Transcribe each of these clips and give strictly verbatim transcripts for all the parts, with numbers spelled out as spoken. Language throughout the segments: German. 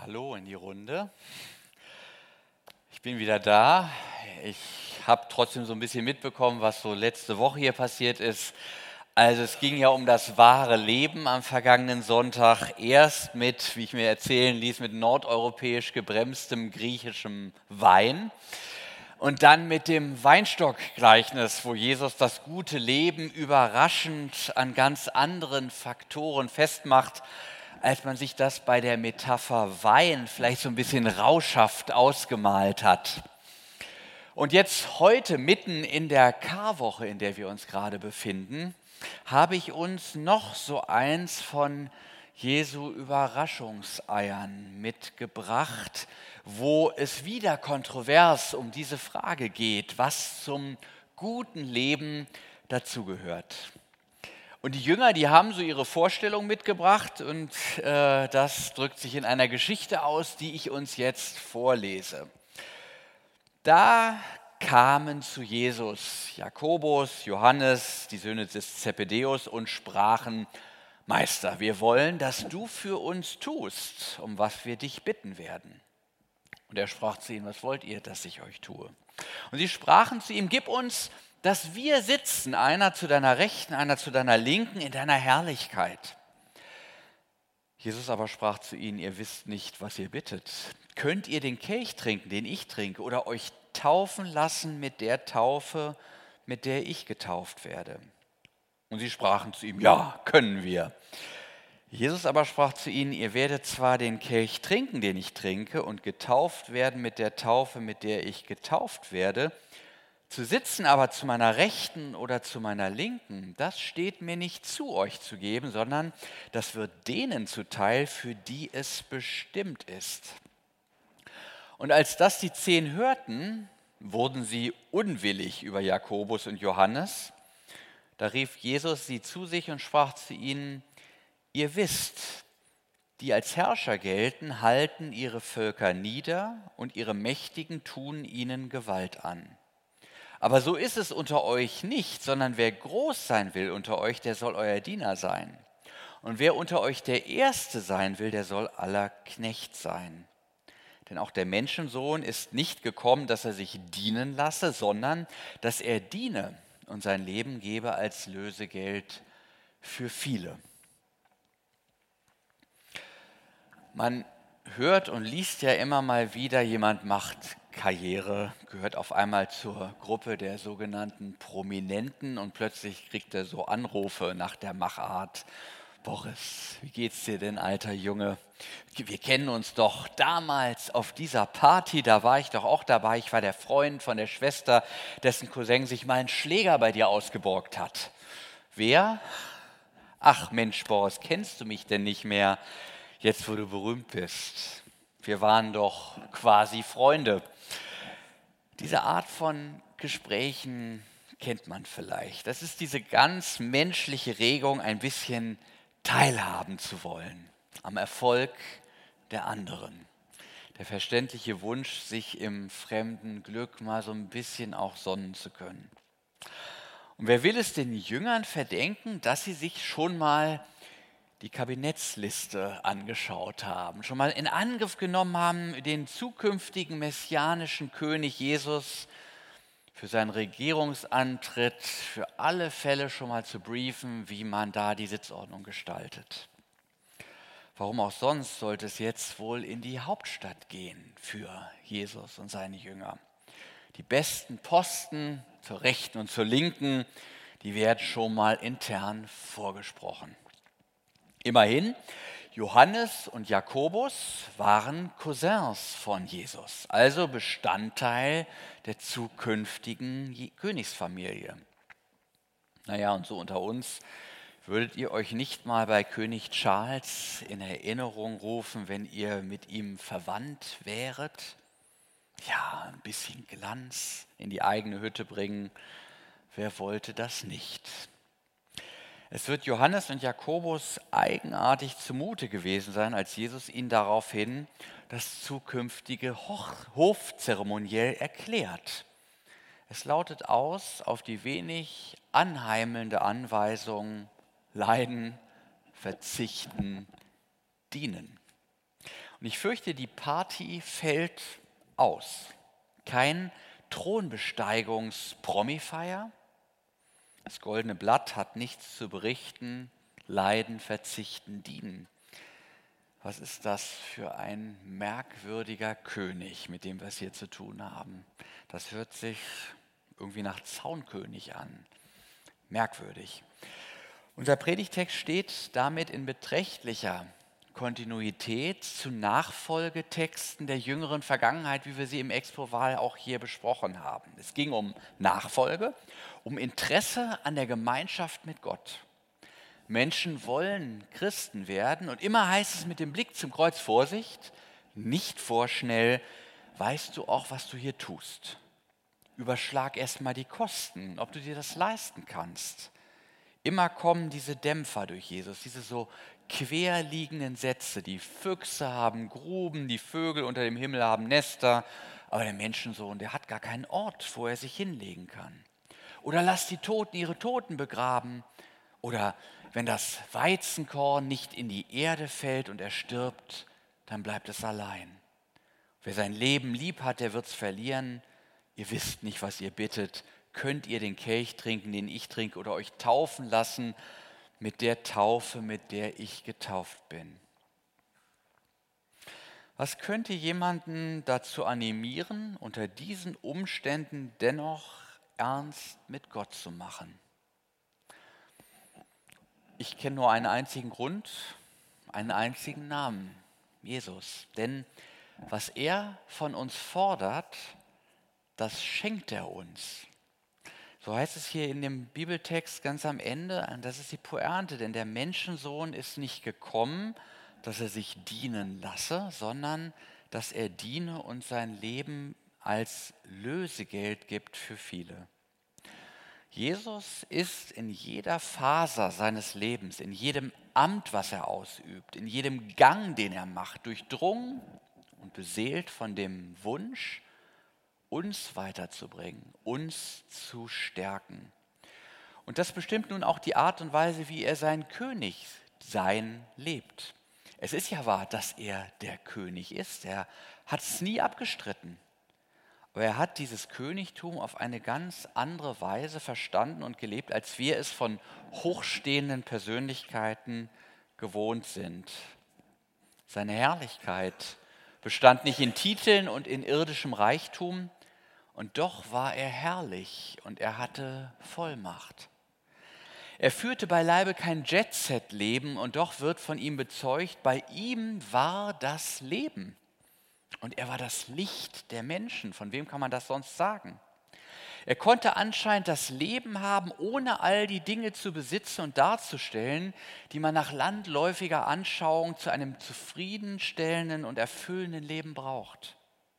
Hallo in die Runde. Ich bin wieder da. Ich habe trotzdem so ein bisschen mitbekommen, was so letzte Woche hier passiert ist. Also es ging ja um das wahre Leben am vergangenen Sonntag. Erst mit, wie ich mir erzählen ließ, mit nordeuropäisch gebremstem griechischem Wein. Und dann mit dem Weinstockgleichnis, wo Jesus das gute Leben überraschend an ganz anderen Faktoren festmacht, als man sich das bei der Metapher Wein vielleicht so ein bisschen rauschhaft ausgemalt hat. Und jetzt heute, mitten in der Karwoche, in der wir uns gerade befinden, habe ich uns noch so eins von Jesu Überraschungseiern mitgebracht, wo es wieder kontrovers um diese Frage geht, was zum guten Leben dazugehört. Und die Jünger, die haben so ihre Vorstellung mitgebracht und äh, das drückt sich in einer Geschichte aus, die ich uns jetzt vorlese. Da kamen zu Jesus Jakobus, Johannes, die Söhne des Zebedeus und sprachen: Meister, wir wollen, dass du für uns tust, um was wir dich bitten werden. Und er sprach zu ihnen: Was wollt ihr, dass ich euch tue? Und sie sprachen zu ihm: Gib uns, dass wir sitzen, einer zu deiner Rechten, einer zu deiner Linken, in deiner Herrlichkeit. Jesus aber sprach zu ihnen: Ihr wisst nicht, was ihr bittet. Könnt ihr den Kelch trinken, den ich trinke, oder euch taufen lassen mit der Taufe, mit der ich getauft werde? Und sie sprachen zu ihm: Ja, können wir. Jesus aber sprach zu ihnen: Ihr werdet zwar den Kelch trinken, den ich trinke, und getauft werden mit der Taufe, mit der ich getauft werde. Zu sitzen aber zu meiner Rechten oder zu meiner Linken, das steht mir nicht zu, euch zu geben, sondern das wird denen zuteil, für die es bestimmt ist. Und als das die Zehn hörten, wurden sie unwillig über Jakobus und Johannes. Da rief Jesus sie zu sich und sprach zu ihnen: Ihr wisst, die als Herrscher gelten, halten ihre Völker nieder und ihre Mächtigen tun ihnen Gewalt an. Aber so ist es unter euch nicht, sondern wer groß sein will unter euch, der soll euer Diener sein. Und wer unter euch der Erste sein will, der soll aller Knecht sein. Denn auch der Menschensohn ist nicht gekommen, dass er sich dienen lasse, sondern dass er diene und sein Leben gebe als Lösegeld für viele. Man hört und liest ja immer mal wieder, jemand macht Karriere, gehört auf einmal zur Gruppe der sogenannten Prominenten und plötzlich kriegt er so Anrufe nach der Machart: Boris, wie geht's dir denn, alter Junge? Wir kennen uns doch damals auf dieser Party, da war ich doch auch dabei. Ich war der Freund von der Schwester, dessen Cousin sich mal einen Schläger bei dir ausgeborgt hat. Wer? Ach Mensch, Boris, kennst du mich denn nicht mehr, jetzt wo du berühmt bist? Wir waren doch quasi Freunde. Diese Art von Gesprächen kennt man vielleicht. Das ist diese ganz menschliche Regung, ein bisschen teilhaben zu wollen am Erfolg der anderen. Der verständliche Wunsch, sich im fremden Glück mal so ein bisschen auch sonnen zu können. Und wer will es den Jüngern verdenken, dass sie sich schon mal die Kabinettsliste angeschaut haben, schon mal in Angriff genommen haben, den zukünftigen messianischen König Jesus für seinen Regierungsantritt für alle Fälle schon mal zu briefen, wie man da die Sitzordnung gestaltet. Warum auch sonst sollte es jetzt wohl in die Hauptstadt gehen für Jesus und seine Jünger? Die besten Posten zur Rechten und zur Linken, die werden schon mal intern vorgesprochen. Immerhin, Johannes und Jakobus waren Cousins von Jesus, also Bestandteil der zukünftigen Königsfamilie. Naja, und so unter uns, würdet ihr euch nicht mal bei König Charles in Erinnerung rufen, wenn ihr mit ihm verwandt wäret? Ja, ein bisschen Glanz in die eigene Hütte bringen, wer wollte das nicht? Es wird Johannes und Jakobus eigenartig zumute gewesen sein, als Jesus ihnen daraufhin das zukünftige Hofzeremoniell erklärt. Es lautet aus auf die wenig anheimelnde Anweisung: Leiden, verzichten, dienen. Und ich fürchte, die Party fällt aus. Kein Thronbesteigungs-Promi-Feier. Das Goldene Blatt hat nichts zu berichten. Leiden, verzichten, dienen. Was ist das für ein merkwürdiger König, mit dem wir es hier zu tun haben? Das hört sich irgendwie nach Zaunkönig an. Merkwürdig. Unser Predigtext steht damit in beträchtlicher Kontinuität zu Nachfolgetexten der jüngeren Vergangenheit, wie wir sie im Expo-Wahl auch hier besprochen haben. Es ging um Nachfolge, um Interesse an der Gemeinschaft mit Gott. Menschen wollen Christen werden und immer heißt es mit dem Blick zum Kreuz: Vorsicht, nicht vorschnell, weißt du auch, was du hier tust. Überschlag erst mal die Kosten, ob du dir das leisten kannst. Immer kommen diese Dämpfer durch Jesus, diese so querliegenden Sätze. Die Füchse haben Gruben, die Vögel unter dem Himmel haben Nester, aber der Menschensohn, der hat gar keinen Ort, wo er sich hinlegen kann. Oder lass die Toten ihre Toten begraben. Oder wenn das Weizenkorn nicht in die Erde fällt und er stirbt, dann bleibt es allein. Wer sein Leben lieb hat, der wird es verlieren. Ihr wisst nicht, was ihr bittet. Könnt ihr den Kelch trinken, den ich trinke, oder euch taufen lassen mit der Taufe, mit der ich getauft bin? Was könnte jemanden dazu animieren, unter diesen Umständen dennoch ernst mit Gott zu machen? Ich kenne nur einen einzigen Grund, einen einzigen Namen: Jesus. Denn was er von uns fordert, das schenkt er uns. So heißt es hier in dem Bibeltext ganz am Ende, das ist die Pointe, denn der Menschensohn ist nicht gekommen, dass er sich dienen lasse, sondern dass er diene und sein Leben als Lösegeld gibt für viele. Jesus ist in jeder Faser seines Lebens, in jedem Amt, was er ausübt, in jedem Gang, den er macht, durchdrungen und beseelt von dem Wunsch, uns weiterzubringen, uns zu stärken. Und das bestimmt nun auch die Art und Weise, wie er sein Königsein lebt. Es ist ja wahr, dass er der König ist. Er hat es nie abgestritten. Aber er hat dieses Königtum auf eine ganz andere Weise verstanden und gelebt, als wir es von hochstehenden Persönlichkeiten gewohnt sind. Seine Herrlichkeit bestand nicht in Titeln und in irdischem Reichtum, und doch war er herrlich und er hatte Vollmacht. Er führte beileibe kein Jet-Set-Leben, und doch wird von ihm bezeugt, bei ihm war das Leben. Und er war das Licht der Menschen. Von wem kann man das sonst sagen? Er konnte anscheinend das Leben haben, ohne all die Dinge zu besitzen und darzustellen, die man nach landläufiger Anschauung zu einem zufriedenstellenden und erfüllenden Leben braucht.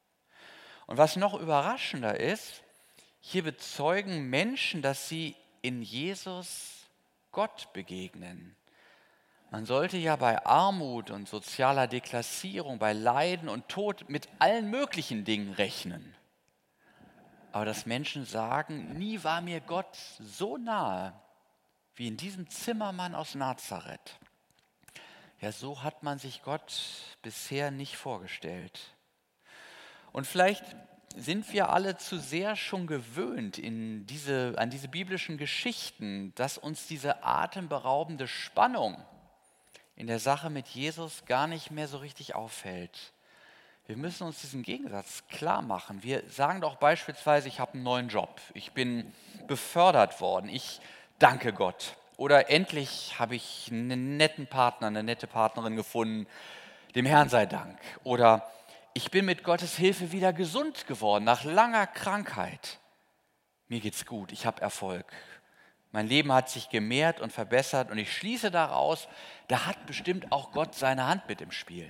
Und was noch überraschender ist, hier bezeugen Menschen, dass sie in Jesus Gott begegnen. Man sollte ja bei Armut und sozialer Deklassierung, bei Leiden und Tod mit allen möglichen Dingen rechnen. Aber dass Menschen sagen, nie war mir Gott so nahe wie in diesem Zimmermann aus Nazareth. Ja, so hat man sich Gott bisher nicht vorgestellt. Und vielleicht sind wir alle zu sehr schon gewöhnt in diese, an diese biblischen Geschichten, dass uns diese atemberaubende Spannung in der Sache mit Jesus gar nicht mehr so richtig auffällt. Wir müssen uns diesen Gegensatz klar machen. Wir sagen doch beispielsweise, ich habe einen neuen Job, ich bin befördert worden, ich danke Gott. Oder endlich habe ich einen netten Partner, eine nette Partnerin gefunden, dem Herrn sei Dank. Oder ich bin mit Gottes Hilfe wieder gesund geworden nach langer Krankheit. Mir geht's gut, ich habe Erfolg. Mein Leben hat sich gemehrt und verbessert und ich schließe daraus, da hat bestimmt auch Gott seine Hand mit im Spiel.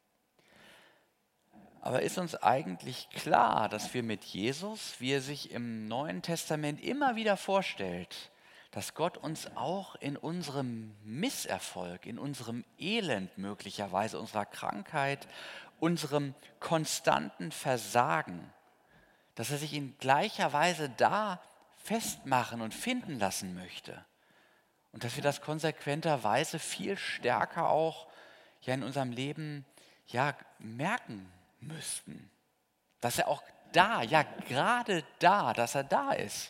Aber ist uns eigentlich klar, dass wir mit Jesus, wie er sich im Neuen Testament immer wieder vorstellt, dass Gott uns auch in unserem Misserfolg, in unserem Elend möglicherweise, unserer Krankheit, unserem konstanten Versagen, dass er sich in gleicher Weise da festmachen und finden lassen möchte. Und dass wir das konsequenterweise viel stärker auch ja in unserem Leben ja merken müssten. Dass er auch da, ja gerade da, dass er da ist.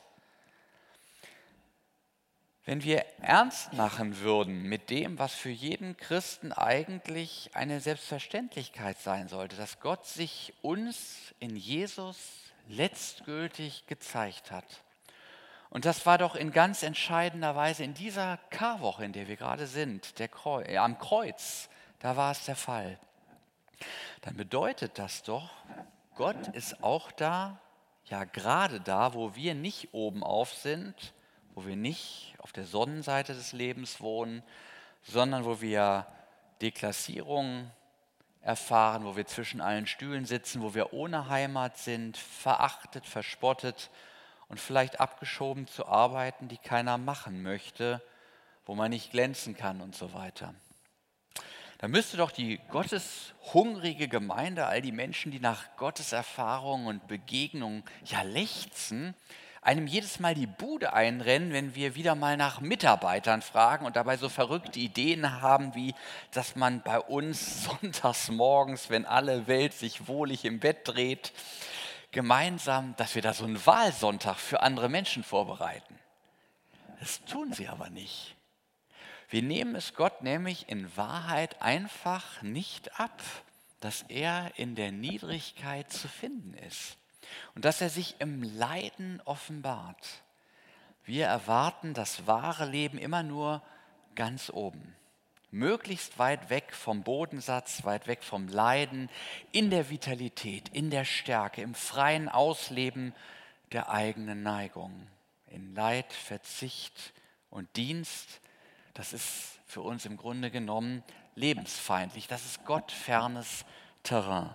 Wenn wir ernst machen würden mit dem, was für jeden Christen eigentlich eine Selbstverständlichkeit sein sollte, dass Gott sich uns in Jesus letztgültig gezeigt hat. Und das war doch in ganz entscheidender Weise in dieser Karwoche, in der wir gerade sind, der Kreu- äh, am Kreuz, da war es der Fall. Dann bedeutet das doch, Gott ist auch da, ja gerade da, wo wir nicht oben auf sind, wo wir nicht auf der Sonnenseite des Lebens wohnen, sondern wo wir Deklassierung erfahren, wo wir zwischen allen Stühlen sitzen, wo wir ohne Heimat sind, verachtet, verspottet und vielleicht abgeschoben zu Arbeiten, die keiner machen möchte, wo man nicht glänzen kann und so weiter. Da müsste doch die gotteshungrige Gemeinde, all die Menschen, die nach Gottes Erfahrung und Begegnung ja lechzen, einem jedes Mal die Bude einrennen, wenn wir wieder mal nach Mitarbeitern fragen und dabei so verrückte Ideen haben, wie dass man bei uns sonntags morgens, wenn alle Welt sich wohlig im Bett dreht, gemeinsam, dass wir da so einen Wahlsonntag für andere Menschen vorbereiten. Das tun sie aber nicht. Wir nehmen es Gott nämlich in Wahrheit einfach nicht ab, dass er in der Niedrigkeit zu finden ist und dass er sich im Leiden offenbart. Wir erwarten das wahre Leben immer nur ganz oben, möglichst weit weg vom Bodensatz, weit weg vom Leiden, in der Vitalität, in der Stärke, im freien Ausleben der eigenen Neigung, in Leid, Verzicht und Dienst. Das ist für uns im Grunde genommen lebensfeindlich. Das ist gottfernes Terrain.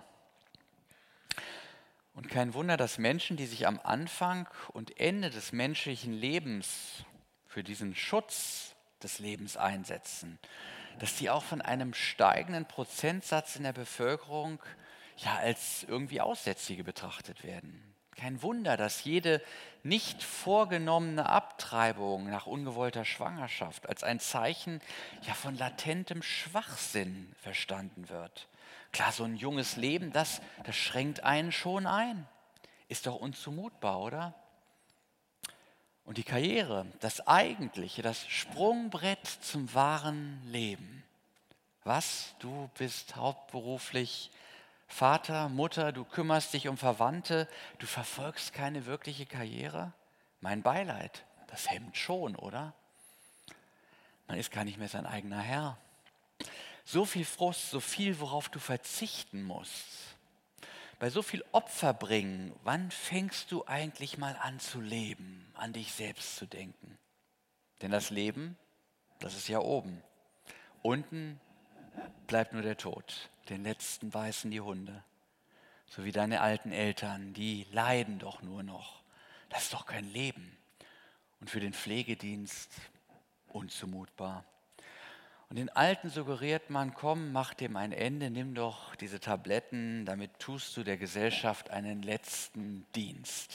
Und kein Wunder, dass Menschen, die sich am Anfang und Ende des menschlichen Lebens für diesen Schutz des Lebens einsetzen, dass die auch von einem steigenden Prozentsatz in der Bevölkerung ja als irgendwie Aussätzige betrachtet werden. Kein Wunder, dass jede nicht vorgenommene Abtreibung nach ungewollter Schwangerschaft als ein Zeichen ja, von latentem Schwachsinn verstanden wird. Klar, so ein junges Leben, das, das schränkt einen schon ein. Ist doch unzumutbar, oder? Und die Karriere, das Eigentliche, das Sprungbrett zum wahren Leben. Was? Du bist hauptberuflich Vater, Mutter, du kümmerst dich um Verwandte, du verfolgst keine wirkliche Karriere? Mein Beileid, das hemmt schon, oder? Man ist gar nicht mehr sein eigener Herr. So viel Frust, so viel, worauf du verzichten musst. Bei so viel Opfer bringen, wann fängst du eigentlich mal an zu leben, an dich selbst zu denken? Denn das Leben, das ist ja oben. Unten bleibt nur der Tod. Den letzten beißen die Hunde. So wie deine alten Eltern, die leiden doch nur noch. Das ist doch kein Leben. Und für den Pflegedienst unzumutbar. Und den Alten suggeriert man, komm, mach dem ein Ende, nimm doch diese Tabletten, damit tust du der Gesellschaft einen letzten Dienst.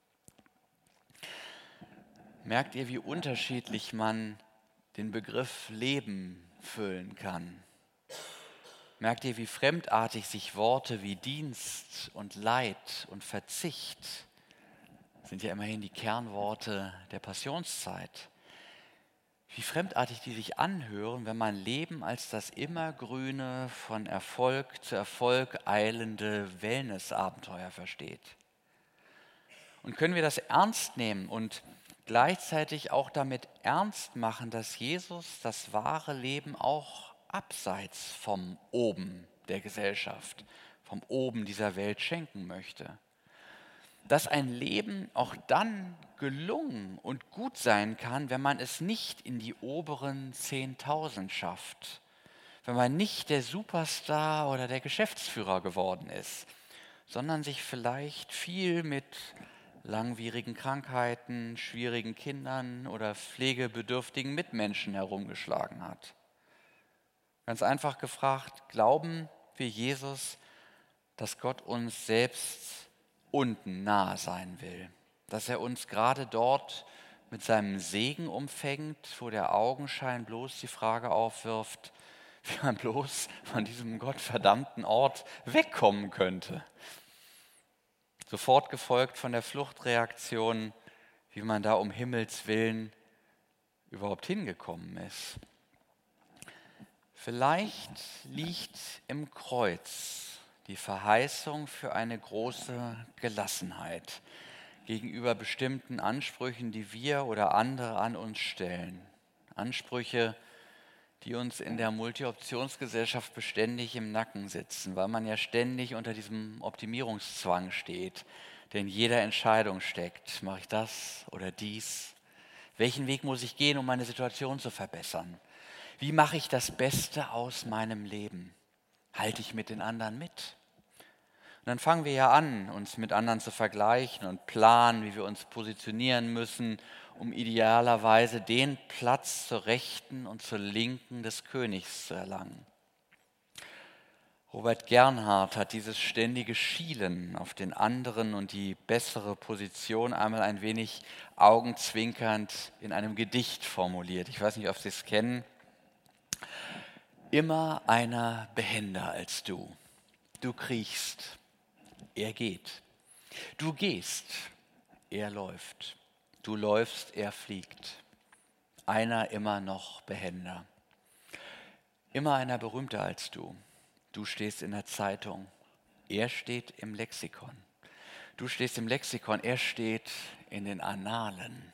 Merkt ihr, wie unterschiedlich man den Begriff Leben füllen kann? Merkt ihr, wie fremdartig sich Worte wie Dienst und Leid und Verzicht, sind ja immerhin die Kernworte der Passionszeit, wie fremdartig die sich anhören, wenn man Leben als das immergrüne, von Erfolg zu Erfolg eilende Wellnessabenteuer versteht. Und können wir das ernst nehmen und gleichzeitig auch damit ernst machen, dass Jesus das wahre Leben auch abseits vom Oben der Gesellschaft, vom Oben dieser Welt schenken möchte? Dass ein Leben auch dann gelungen und gut sein kann, wenn man es nicht in die oberen zehntausend schafft, wenn man nicht der Superstar oder der Geschäftsführer geworden ist, sondern sich vielleicht viel mit langwierigen Krankheiten, schwierigen Kindern oder pflegebedürftigen Mitmenschen herumgeschlagen hat. Ganz einfach gefragt, glauben wir Jesus, dass Gott uns selbst unten nahe sein will, dass er uns gerade dort mit seinem Segen umfängt, wo der Augenschein bloß die Frage aufwirft, wie man bloß von diesem gottverdammten Ort wegkommen könnte. Sofort gefolgt von der Fluchtreaktion, wie man da um Himmels Willen überhaupt hingekommen ist. Vielleicht liegt im Kreuz die Verheißung für eine große Gelassenheit gegenüber bestimmten Ansprüchen, die wir oder andere an uns stellen. Ansprüche, die uns in der Multi-Optionsgesellschaft beständig im Nacken sitzen, weil man ja ständig unter diesem Optimierungszwang steht, der in jeder Entscheidung steckt. Mache ich das oder dies? Welchen Weg muss ich gehen, um meine Situation zu verbessern? Wie mache ich das Beste aus meinem Leben? Halte ich mit den anderen mit? Und dann fangen wir ja an, uns mit anderen zu vergleichen und planen, wie wir uns positionieren müssen, um idealerweise den Platz zur Rechten und zur Linken des Königs zu erlangen. Robert Gernhardt hat dieses ständige Schielen auf den anderen und die bessere Position einmal ein wenig augenzwinkernd in einem Gedicht formuliert. Ich weiß nicht, ob Sie es kennen. Immer einer behender als du. Du kriechst, er geht. Du gehst, er läuft. Du läufst, er fliegt. Einer immer noch behender. Immer einer berühmter als du. Du stehst in der Zeitung, er steht im Lexikon. Du stehst im Lexikon, er steht in den Annalen.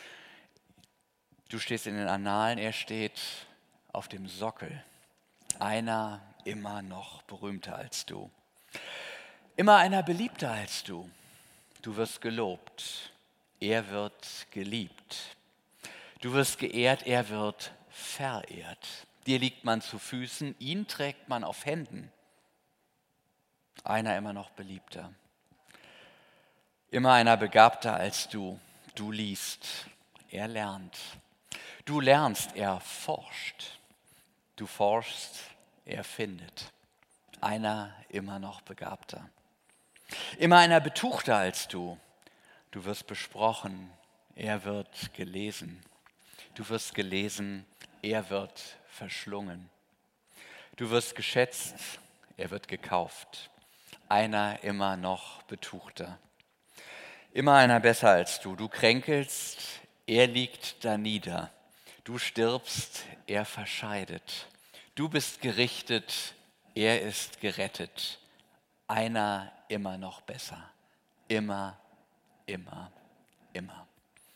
Du stehst in den Annalen, er steht auf dem Sockel. Einer immer noch berühmter als du. Immer einer beliebter als du. Du wirst gelobt, er wird geliebt. Du wirst geehrt, er wird verehrt. Dir liegt man zu Füßen, ihn trägt man auf Händen. Einer immer noch beliebter. Immer einer begabter als du. Du liest, er lernt. Du lernst, er forscht. Du forschst, er findet. Einer immer noch begabter. Immer einer betuchter als du. Du wirst besprochen, er wird gelesen. Du wirst gelesen, er wird verschlungen. Du wirst geschätzt, er wird gekauft. Einer immer noch betuchter. Immer einer besser als du. Du kränkelst, er liegt da nieder. Du stirbst, er verscheidet. Du bist gerichtet, er ist gerettet. Einer immer noch besser. Immer, immer, immer.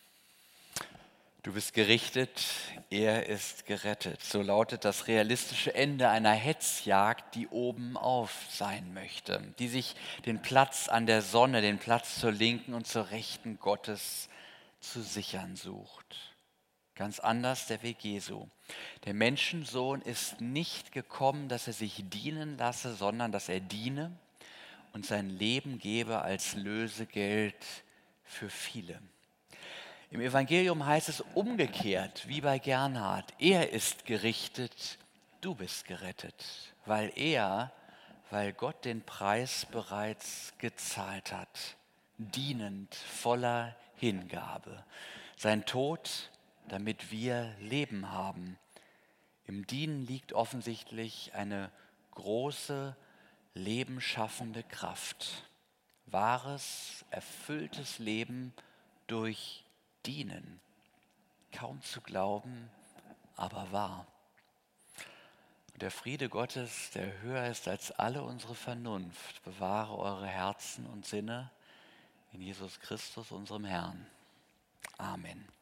Du bist gerichtet, er ist gerettet. So lautet das realistische Ende einer Hetzjagd, die oben auf sein möchte, die sich den Platz an der Sonne, den Platz zur Linken und zur Rechten Gottes zu sichern sucht. Ganz anders der Weg Jesu. Der Menschensohn ist nicht gekommen, dass er sich dienen lasse, sondern dass er diene und sein Leben gebe als Lösegeld für viele. Im Evangelium heißt es umgekehrt, wie bei Gernhardt. Er ist gerichtet, du bist gerettet, weil er, weil Gott den Preis bereits gezahlt hat, dienend, voller Hingabe. Sein Tod, damit wir Leben haben. Im Dienen liegt offensichtlich eine große, lebensschaffende Kraft. Wahres, erfülltes Leben durch Dienen. Kaum zu glauben, aber wahr. Und der Friede Gottes, der höher ist als alle unsere Vernunft, bewahre eure Herzen und Sinne in Jesus Christus, unserem Herrn. Amen.